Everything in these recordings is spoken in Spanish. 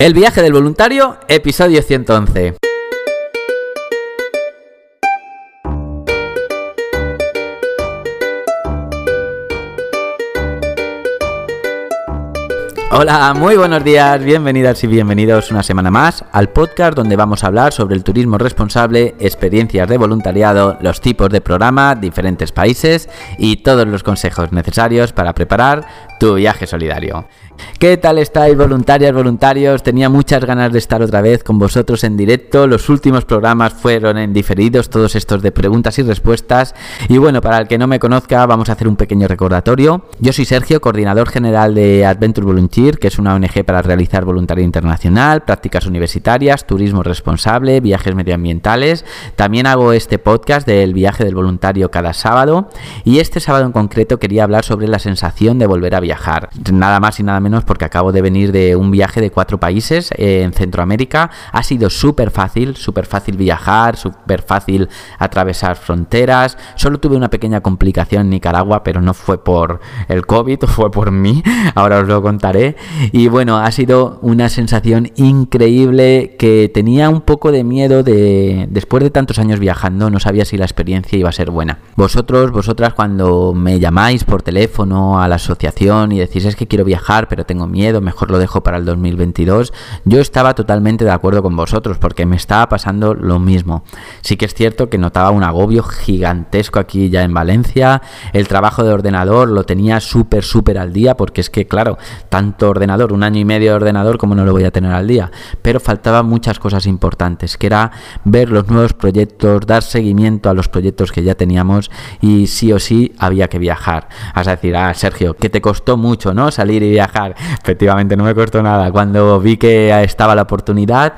El viaje del voluntario, episodio 111. Hola, muy buenos días, bienvenidas y bienvenidos una semana más al podcast donde vamos a hablar sobre el turismo responsable, experiencias de voluntariado, los tipos de programa, diferentes países y todos los consejos necesarios para preparar tu viaje solidario. ¿Qué tal estáis, voluntarias, voluntarios? Tenía muchas ganas de estar otra vez con vosotros en directo. Los últimos programas fueron en diferidos, todos estos de preguntas y respuestas. Y bueno, para el que no me conozca, vamos a hacer un pequeño recordatorio. Yo soy Sergio, coordinador general de Adventure Volunteer, que es una ONG para realizar voluntariado internacional, prácticas universitarias, turismo responsable, viajes medioambientales. También hago este podcast del viaje del voluntario cada sábado. Y este sábado en concreto quería hablar sobre la sensación de volver a viajar. Nada más y nada menos porque acabo de venir de un viaje de 4 países en Centroamérica. Ha sido súper fácil viajar, súper fácil atravesar fronteras. Solo tuve una pequeña complicación en Nicaragua, pero no fue por el COVID, fue por mí. Ahora os lo contaré. Y bueno, ha sido una sensación increíble que tenía un poco de miedo después de tantos años viajando, no sabía si la experiencia iba a ser buena. Vosotras cuando me llamáis por teléfono a la asociación y decís es que quiero viajar pero tengo miedo, mejor lo dejo para el 2022, yo estaba totalmente de acuerdo con vosotros porque me estaba pasando lo mismo. Sí que es cierto que notaba un agobio gigantesco aquí ya en Valencia, el trabajo de ordenador lo tenía súper al día porque es que claro, tanto ordenador, 1 año y medio de ordenador, ¿cómo no lo voy a tener al día? Pero faltaban muchas cosas importantes, que era ver los nuevos proyectos, dar seguimiento a los proyectos que ya teníamos y sí o sí había que viajar. Vas a decir, Sergio, que te costó mucho, ¿no? Salir y viajar. Efectivamente, no me costó nada. Cuando vi que estaba la oportunidad,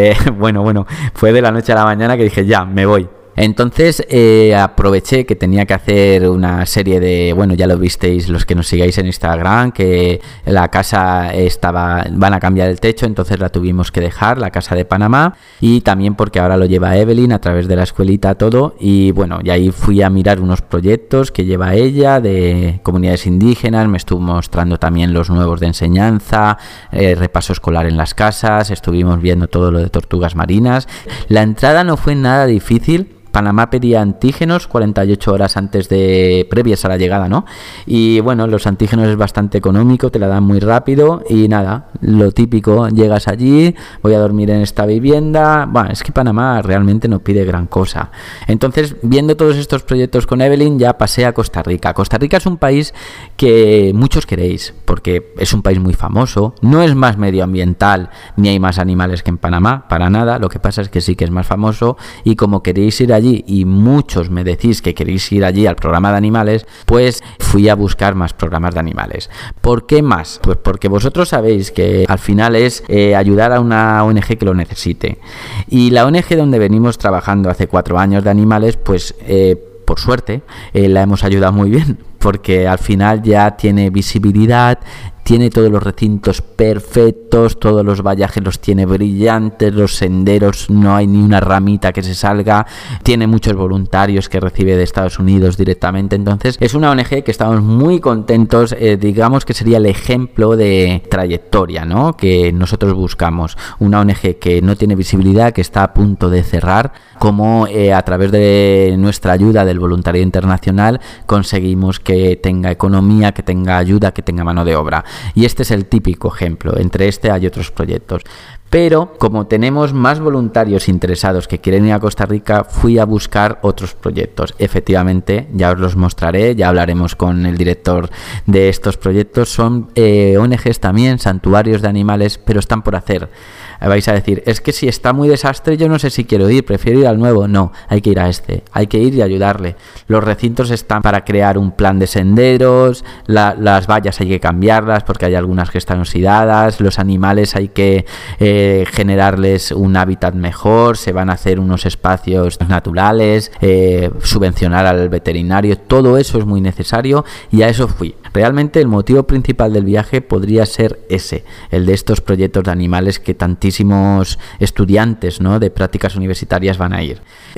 bueno, fue de la noche a la mañana que dije, ya, me voy. Entonces aproveché que tenía que hacer una serie de, bueno, ya lo visteis los que nos sigáis en Instagram, que la casa van a cambiar el techo, entonces la tuvimos que dejar, la casa de Panamá, y también porque ahora lo lleva Evelyn a través de la escuelita todo, y bueno, y ahí fui a mirar unos proyectos que lleva ella de comunidades indígenas, me estuvo mostrando también los nuevos de enseñanza, repaso escolar en las casas, estuvimos viendo todo lo de tortugas marinas. La entrada no fue nada difícil. Panamá pedía antígenos 48 horas previas a la llegada, ¿no? Y bueno, los antígenos es bastante económico, te la dan muy rápido y nada, lo típico, llegas allí, voy a dormir en esta vivienda. Bueno, es que Panamá realmente no pide gran cosa. Entonces, viendo todos estos proyectos con Evelyn, ya pasé a Costa Rica. Costa Rica es un país que muchos queréis, porque es un país muy famoso, no es más medioambiental, ni hay más animales que en Panamá, para nada, lo que pasa es que sí que es más famoso y como queréis ir allí y muchos me decís que queréis ir allí al programa de animales, pues fui a buscar más programas de animales. ¿Por qué más? Pues porque vosotros sabéis que al final es ayudar a una ONG que lo necesite. Y la ONG donde venimos trabajando hace 4 años de animales, pues por suerte la hemos ayudado muy bien, porque al final ya tiene visibilidad, tiene todos los recintos perfectos, todos los vallajes los tiene brillantes, los senderos no hay ni una ramita que se salga, tiene muchos voluntarios que recibe de Estados Unidos directamente, entonces es una ONG que estamos muy contentos, digamos que sería el ejemplo de trayectoria, ¿no?, que nosotros buscamos, una ONG que no tiene visibilidad, que está a punto de cerrar, como a través de nuestra ayuda del voluntariado internacional conseguimos que tenga economía, que tenga ayuda, que tenga mano de obra. Y este es el típico ejemplo, entre este hay otros proyectos. Pero como tenemos más voluntarios interesados que quieren ir a Costa Rica, fui a buscar otros proyectos. Efectivamente, ya os los mostraré, ya hablaremos con el director de estos proyectos. Son ONGs también, santuarios de animales, pero están por hacer. Vais a decir, es que si está muy desastre yo no sé si quiero ir, prefiero ir al nuevo. No, hay que ir a este, hay que ir y ayudarle. Los recintos están para crear un plan de senderos, las vallas hay que cambiarlas porque hay algunas que están oxidadas, los animales hay que generarles un hábitat mejor, se van a hacer unos espacios naturales, subvencionar al veterinario, todo eso es muy necesario y a eso fui. Realmente el motivo principal del viaje podría ser ese, el de estos proyectos de animales que tantísimos estudiantes, ¿no?, de prácticas universitarias van a ir.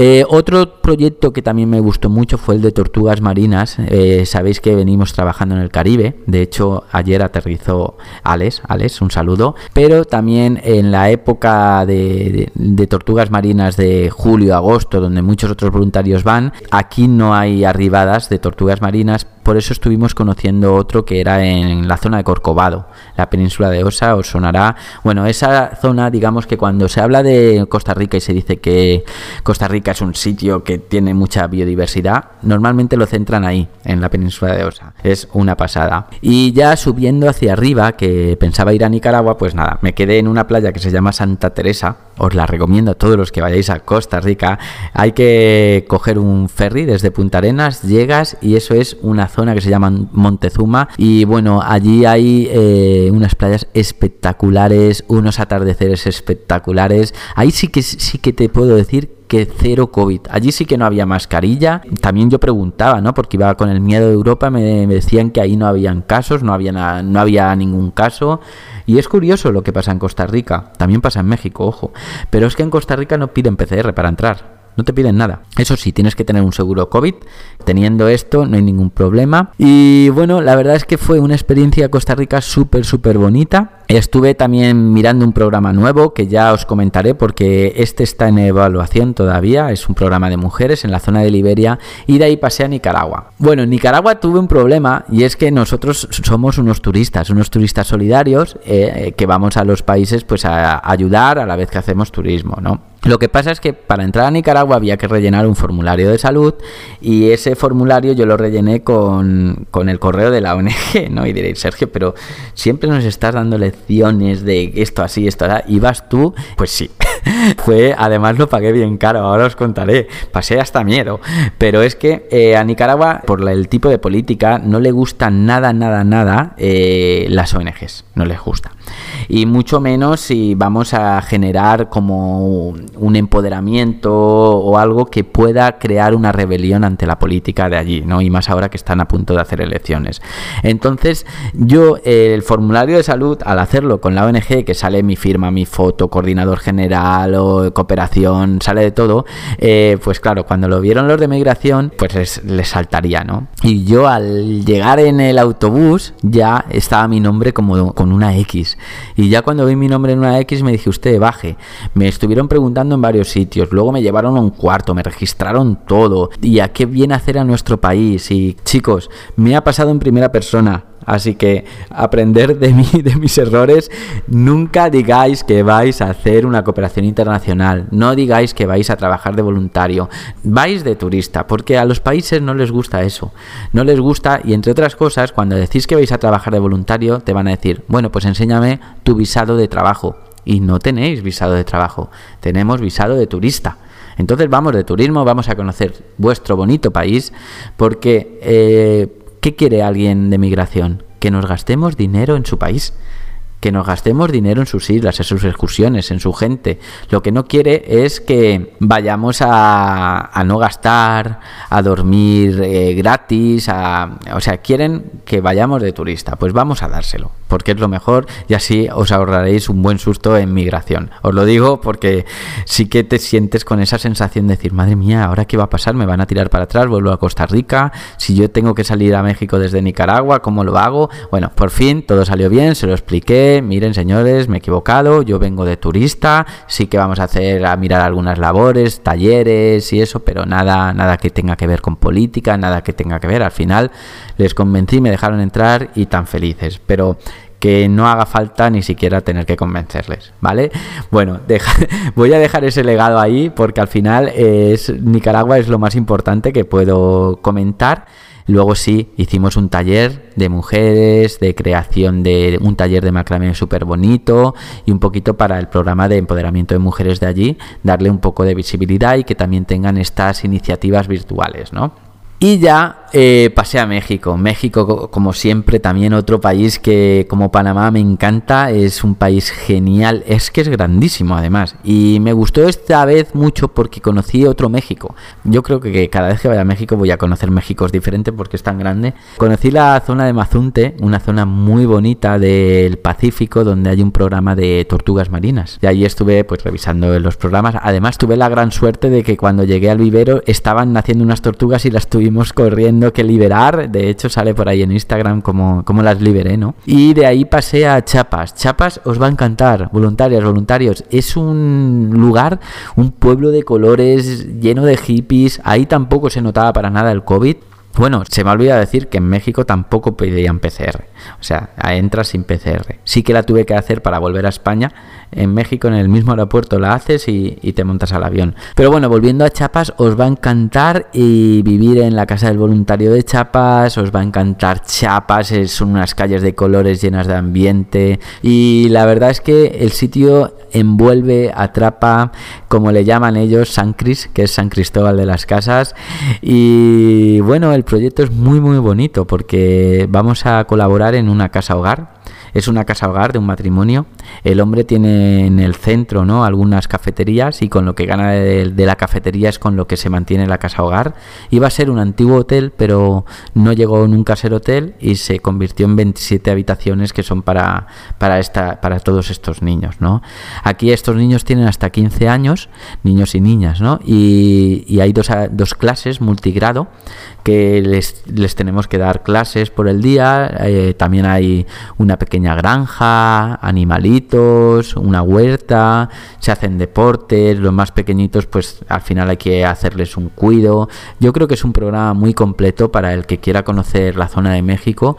Otro proyecto que también me gustó mucho fue el de tortugas marinas. Sabéis que venimos trabajando en el Caribe, de hecho ayer aterrizó Alex, un saludo, pero también en la época de tortugas marinas de julio, agosto, donde muchos otros voluntarios van, aquí no hay arribadas de tortugas marinas. Por eso estuvimos conociendo otro que era en la zona de Corcovado, la península de Osa, os sonará. Bueno, esa zona, digamos que cuando se habla de Costa Rica y se dice que Costa Rica es un sitio que tiene mucha biodiversidad, normalmente lo centran ahí, en la península de Osa. Es una pasada. Y ya subiendo hacia arriba, que pensaba ir a Nicaragua, pues nada, me quedé en una playa que se llama Santa Teresa. Os la recomiendo a todos los que vayáis a Costa Rica. Hay que coger un ferry desde Punta Arenas, llegas y eso es una zona que se llama Montezuma y bueno, allí hay unas playas espectaculares, unos atardeceres espectaculares. Ahí sí que te puedo decir que cero COVID. Allí sí que no había mascarilla. También yo preguntaba, ¿no?, porque iba con el miedo de Europa, me decían que ahí no habían casos, no había ningún caso. Y es curioso lo que pasa en Costa Rica. También pasa en México, ojo. Pero es que en Costa Rica no piden PCR para entrar. No te piden nada. Eso sí, tienes que tener un seguro COVID. Teniendo esto no hay ningún problema. Y bueno, la verdad es que fue una experiencia Costa Rica súper bonita. Estuve también mirando un programa nuevo que ya os comentaré porque este está en evaluación todavía. Es un programa de mujeres en la zona de Liberia y de ahí pasé a Nicaragua. Bueno, en Nicaragua tuve un problema y es que nosotros somos unos turistas solidarios que vamos a los países pues a ayudar a la vez que hacemos turismo, ¿no? Lo que pasa es que para entrar a Nicaragua había que rellenar un formulario de salud y ese formulario yo lo rellené con el correo de la ONG, ¿no? Y diréis, Sergio, pero siempre nos estás dando lecciones de esto así, esto así, ¿y vas tú? Pues sí. Además lo pagué bien caro, ahora os contaré, pasé hasta miedo, pero es que a Nicaragua, por el tipo de política, no le gusta nada las ONGs, no les gusta, y mucho menos si vamos a generar como un empoderamiento o algo que pueda crear una rebelión ante la política de allí, ¿no? Y más ahora que están a punto de hacer elecciones. Entonces yo el formulario de salud, al hacerlo con la ONG, que sale mi firma, mi foto, coordinador general o cooperación, sale de todo, pues claro, cuando lo vieron los de migración, pues les saltaría, ¿no? Y yo al llegar en el autobús ya estaba mi nombre como con una X, y ya cuando vi mi nombre en una X me dije, usted baje. Me estuvieron preguntando en varios sitios, luego me llevaron a un cuarto, me registraron todo, y a qué viene hacer a nuestro país. Y chicos, me ha pasado en primera persona. Así que aprender de mis errores. Nunca digáis que vais a hacer una cooperación internacional, no digáis que vais a trabajar de voluntario, vais de turista, porque a los países no les gusta eso, no les gusta. Y entre otras cosas, cuando decís que vais a trabajar de voluntario, te van a decir, bueno, pues enséñame tu visado de trabajo. Y no tenéis visado de trabajo, tenemos visado de turista. Entonces vamos de turismo, vamos a conocer vuestro bonito país, porque ¿qué quiere alguien de migración? Que nos gastemos dinero en su país, que nos gastemos dinero en sus islas, en sus excursiones, en su gente. Lo que no quiere es que vayamos a no gastar, a dormir gratis, o sea, quieren que vayamos de turista. Pues vamos a dárselo, porque es lo mejor y así os ahorraréis un buen susto en migración. Os lo digo porque sí que te sientes con esa sensación de decir, madre mía, ¿ahora qué va a pasar? ¿Me van a tirar para atrás? ¿Vuelvo a Costa Rica? Si yo tengo que salir a México desde Nicaragua, ¿cómo lo hago? Bueno, por fin todo salió bien, se lo expliqué. Miren, señores, me he equivocado, yo vengo de turista, sí que vamos a mirar algunas labores, talleres y eso, pero nada que tenga que ver con política, nada que tenga que ver. Al final les convencí, me dejaron entrar y tan felices, pero que no haga falta ni siquiera tener que convencerles, ¿vale? Bueno, voy a dejar ese legado ahí porque al final Nicaragua es lo más importante que puedo comentar. Luego sí, hicimos un taller de mujeres, de creación de un taller de macramé súper bonito y un poquito para el programa de empoderamiento de mujeres de allí, darle un poco de visibilidad y que también tengan estas iniciativas virtuales, ¿no? Y ya pasé a México. México, como siempre, también otro país que, como Panamá, me encanta. Es un país genial. Es que es grandísimo, además. Y me gustó esta vez mucho porque conocí otro México. Yo creo que cada vez que vaya a México voy a conocer Méxicos diferentes porque es tan grande. Conocí la zona de Mazunte, una zona muy bonita del Pacífico, donde hay un programa de tortugas marinas. Y ahí estuve pues revisando los programas. Además, tuve la gran suerte de que cuando llegué al vivero estaban naciendo unas tortugas y las tuvimos corriendo que liberar. De hecho, sale por ahí en Instagram como las liberé, ¿no? Y de ahí pasé a Chiapas. Chiapas os va a encantar, voluntarios. Es un lugar, un pueblo de colores, lleno de hippies. Ahí tampoco se notaba para nada el COVID. Bueno, se me ha olvidado decir que en México tampoco pedían PCR. O sea, entras sin PCR. Sí que la tuve que hacer para volver a España. En México, en el mismo aeropuerto, la haces y te montas al avión. Pero bueno, volviendo a Chiapas, os va a encantar y vivir en la casa del voluntario de Chiapas. Os va a encantar Chiapas. Son unas calles de colores llenas de ambiente. Y la verdad es que el sitio envuelve, atrapa, como le llaman ellos, San Cris, que es San Cristóbal de las Casas. Y bueno, el proyecto es muy muy bonito porque vamos a colaborar en una casa hogar. Es una casa hogar de un matrimonio. El hombre tiene en el centro, ¿no?, algunas cafeterías y con lo que gana de la cafetería es con lo que se mantiene la casa hogar. Iba a ser un antiguo hotel, pero no llegó nunca a ser hotel y se convirtió en 27 habitaciones que son para todos estos niños, ¿no? Aquí estos niños tienen hasta 15 años, niños y niñas, ¿no? Y hay dos clases multigrado que les tenemos que dar clases por el día. También hay una pequeña granja, animalitos, una huerta, se hacen deportes. Los más pequeñitos pues al final hay que hacerles un cuido. Yo creo que es un programa muy completo para el que quiera conocer la zona de México.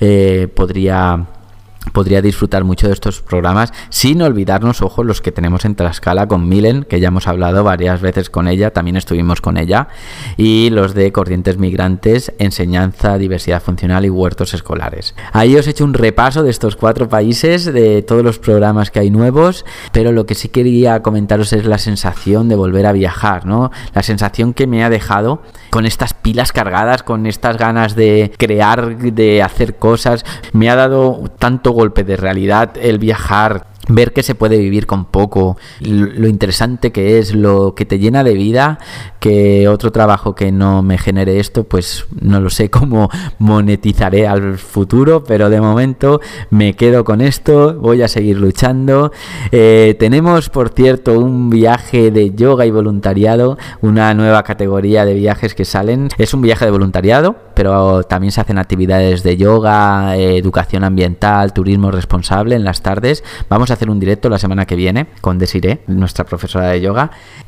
Podría disfrutar mucho de estos programas, sin olvidarnos, ojo, los que tenemos en Tlaxcala con Milen, que ya hemos hablado varias veces con ella, también estuvimos con ella, y los de Corrientes Migrantes, Enseñanza, Diversidad Funcional y Huertos Escolares. Ahí os he hecho un repaso de estos 4 países, de todos los programas que hay nuevos, pero lo que sí quería comentaros es la sensación de volver a viajar, ¿no? La sensación que me ha dejado con estas pilas cargadas, con estas ganas de crear, de hacer cosas. Me ha dado tanto golpe de realidad el viajar, ver que se puede vivir con poco, lo interesante que es, lo que te llena de vida, que otro trabajo que no me genere esto, pues no lo sé cómo monetizaré al futuro, pero de momento me quedo con esto, voy a seguir luchando. Tenemos, por cierto, un viaje de yoga y voluntariado, una nueva categoría de viajes que salen. Es un viaje de voluntariado, pero también se hacen actividades de yoga, educación ambiental, turismo responsable en las tardes. Vamos a hacer un directo la semana que viene con Desiree, nuestra profesora de yoga,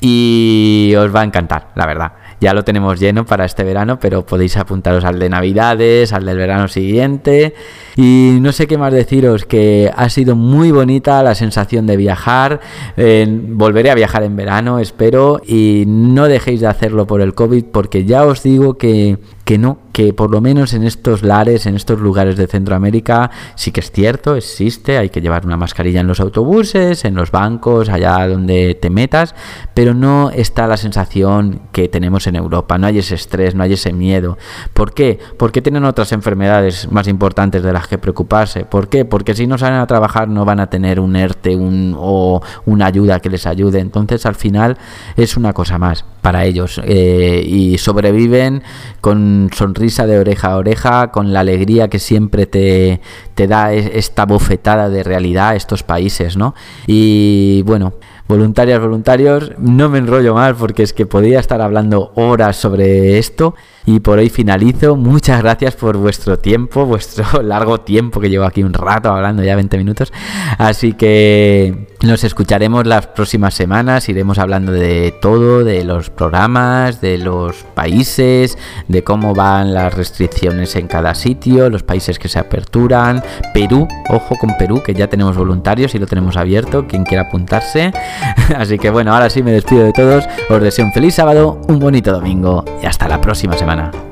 y os va a encantar, la verdad. Ya lo tenemos lleno para este verano, pero podéis apuntaros al de Navidades, al del verano siguiente. Y no sé qué más deciros, que ha sido muy bonita la sensación de viajar. Volveré a viajar en verano, espero, y no dejéis de hacerlo por el COVID, porque ya os digo que por lo menos en estos lares, en estos lugares de Centroamérica, sí que es cierto, existe, hay que llevar una mascarilla en los autobuses, en los bancos, allá donde te metas, pero no está la sensación que tenemos en Europa, no hay ese estrés, no hay ese miedo. ¿Por qué? Porque tienen otras enfermedades más importantes de las que preocuparse. ¿Por qué? Porque si no salen a trabajar no van a tener un ERTE o una ayuda que les ayude. Entonces al final es una cosa más para ellos, y sobreviven con sonrisa de oreja a oreja, con la alegría que siempre te da esta bofetada de realidad estos países, ¿no? Y bueno, voluntarios, no me enrollo más porque es que podría estar hablando horas sobre esto, y por hoy finalizo. Muchas gracias por vuestro tiempo, vuestro largo tiempo, que llevo aquí un rato hablando, ya 20 minutos, así que nos escucharemos las próximas semanas. Iremos hablando de todo, de los programas, de los países, de cómo van las restricciones en cada sitio, los países que se aperturan. Perú, ojo con Perú, que ya tenemos voluntarios y lo tenemos abierto, quien quiera apuntarse. Así que bueno, ahora sí me despido de todos, os deseo un feliz sábado, un bonito domingo y hasta la próxima semana.